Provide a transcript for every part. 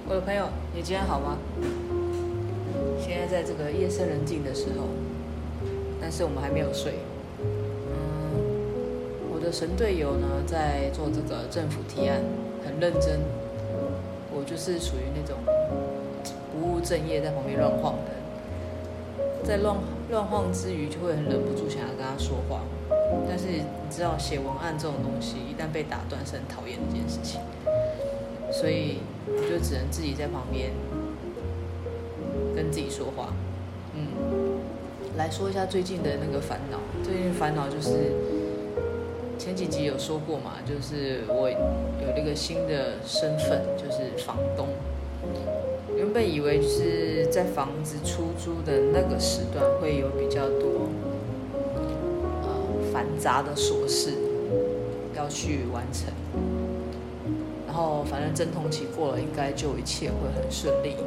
我的朋友，你今天好吗？现在在这个夜深人静的时候，但是我们还没有睡。我的神队友呢，在做这个政府提案，很认真。我就是属于那种不务正业，在旁边乱晃的。在乱晃之余，就会很忍不住想要跟他说话。但是你知道，写文案这种东西，一旦被打断，是很讨厌的一件事情。所以我就只能自己在旁边跟自己说话。来说一下最近的那个烦恼。最近烦恼就是前几集有说过嘛，就是我有那个新的身份，就是房东。原本以为就是在房子出租的那个时段会有比较多繁杂的琐事要去完成。然后反正阵痛期过了，应该就一切会很顺利。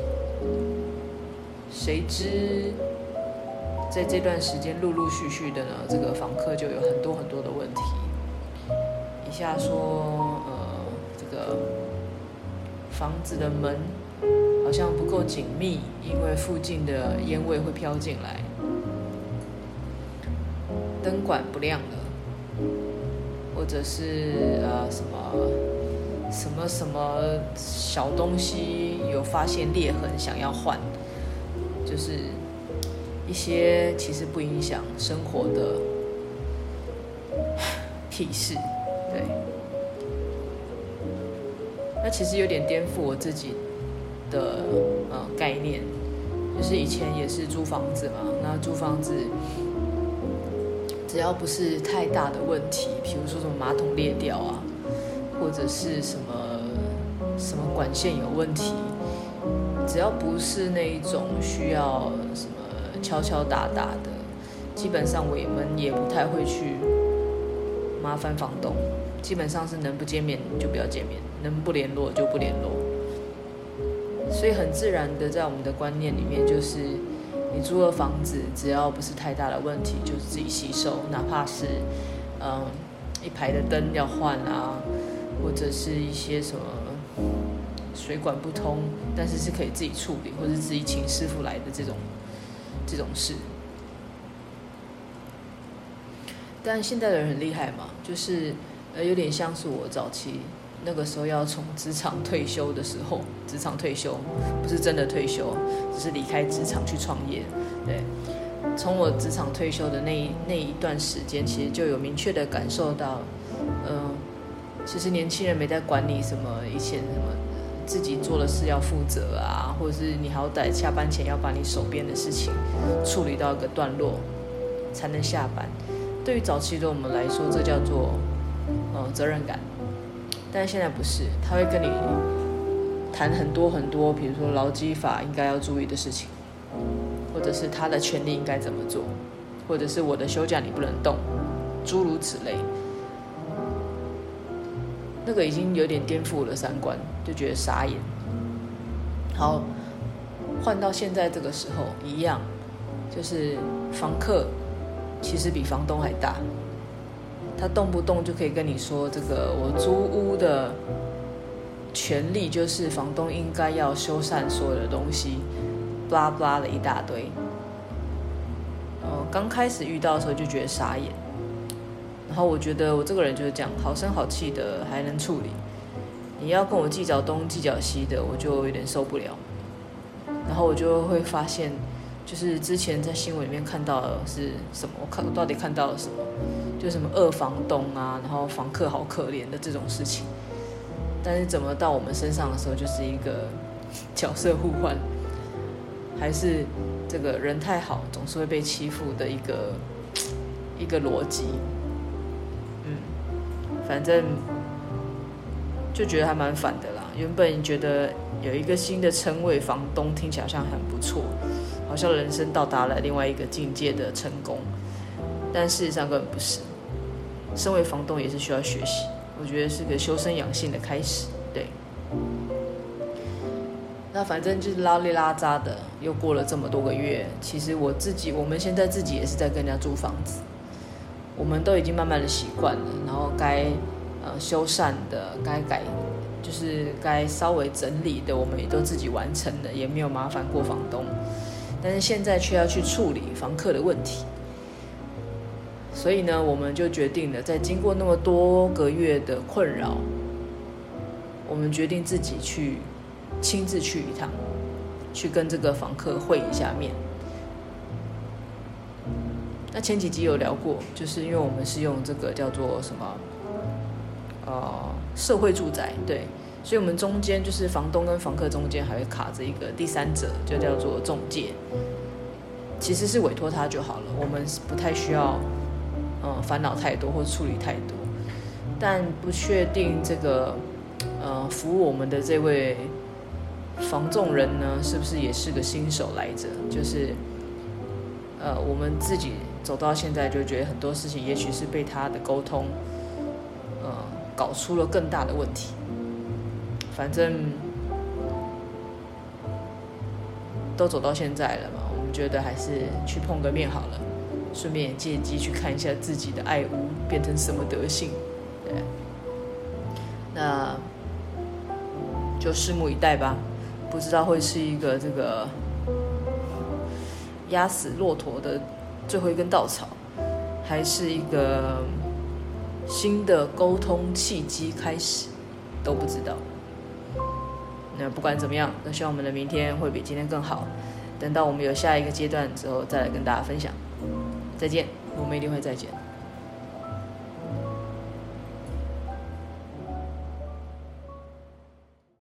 谁知在这段时间陆陆续续的呢，这个房客就有很多的问题。一下说这个房子的门好像不够紧密，因为附近的烟味会飘进来。灯管不亮了，或者是什么小东西有发现裂痕，想要换，就是一些其实不影响生活的屁事，对。那其实有点颠覆我自己的概念，就是以前也是租房子嘛，那租房子只要不是太大的问题，比如说什么马桶裂掉啊，或者是什么管线有问题，只要不是那一种需要什么敲敲打打的，基本上我们也不太会去麻烦房东。基本上是能不见面就不要见面，能不联络就不联络。所以很自然的在我们的观念里面，就是你租了房子，只要不是太大的问题，就是自己吸收，哪怕是一排的灯要换啊，或者是一些什么水管不通，但是是可以自己处理，或者自己请师傅来的这种事。但现在的人很厉害嘛，就是有点像是我早期那个时候要从职场退休的时候，职场退休不是真的退休，只是离开职场去创业。对，从我职场退休的那一段时间，其实就有明确的感受到，其实年轻人没在管你什么以前什么自己做的事要负责啊，或者是你好歹下班前要把你手边的事情处理到一个段落才能下班。对于早期的我们来说，这叫做责任感。但是现在不是，他会跟你谈很多，比如说劳基法应该要注意的事情，或者是他的权利应该怎么做，或者是我的休假你不能动，诸如此类。那个已经有点颠覆我的三观，就觉得傻眼。好，换到现在这个时候一样，就是房客其实比房东还大。他动不动就可以跟你说，这个我租屋的权利就是房东应该要修缮所有的东西，blah blah的一大堆。刚开始遇到的时候就觉得傻眼，然后我觉得我这个人就是这样，好声好气的还能处理，你要跟我计较东计较西的，我就有点受不了。然后我就会发现，就是之前在新闻里面看到的是什么，我到底看到了什么，就什么二房东啊，然后房客好可怜的这种事情。但是怎么到我们身上的时候，就是一个角色互换，还是这个人太好总是会被欺负的一个逻辑。反正就觉得还蛮烦的啦。原本觉得有一个新的称谓房东听起来好像很不错，好像人生到达了另外一个境界的成功，但事实上根本不是。身为房东也是需要学习，我觉得是个修身养性的开始。对，那反正就是拉里拉扎的，又过了这么多个月。其实我们现在自己也是在跟人家租房子，我们都已经慢慢的习惯了，然后该修缮的，该改就是该稍微整理的，我们也都自己完成了，也没有麻烦过房东。但是现在却要去处理房客的问题，所以呢，我们就决定了，在经过那么多个月的困扰，我们决定自己去亲自去一趟，去跟这个房客会一下面。那前几集有聊过，就是因为我们是用这个叫做什么社会住宅，对，所以我们中间就是房东跟房客中间还会卡着一个第三者，就叫做中介。其实是委托他就好了，我们不太需要烦恼太多或处理太多。但不确定这个服务我们的这位房仲人呢，是不是也是个新手来着？就是我们自己走到现在就觉得很多事情也许是被他的沟通搞出了更大的问题。反正都走到现在了嘛，我们觉得还是去碰个面好了，顺便也借机去看一下自己的爱屋变成什么德性。对，那就拭目以待吧，不知道会是一个这个压死骆驼的最后一根稻草，还是一个新的沟通契机开始，都不知道。那不管怎么样，都希望我们的明天会比今天更好。等到我们有下一个阶段之后，再来跟大家分享。再见，我们一定会再见。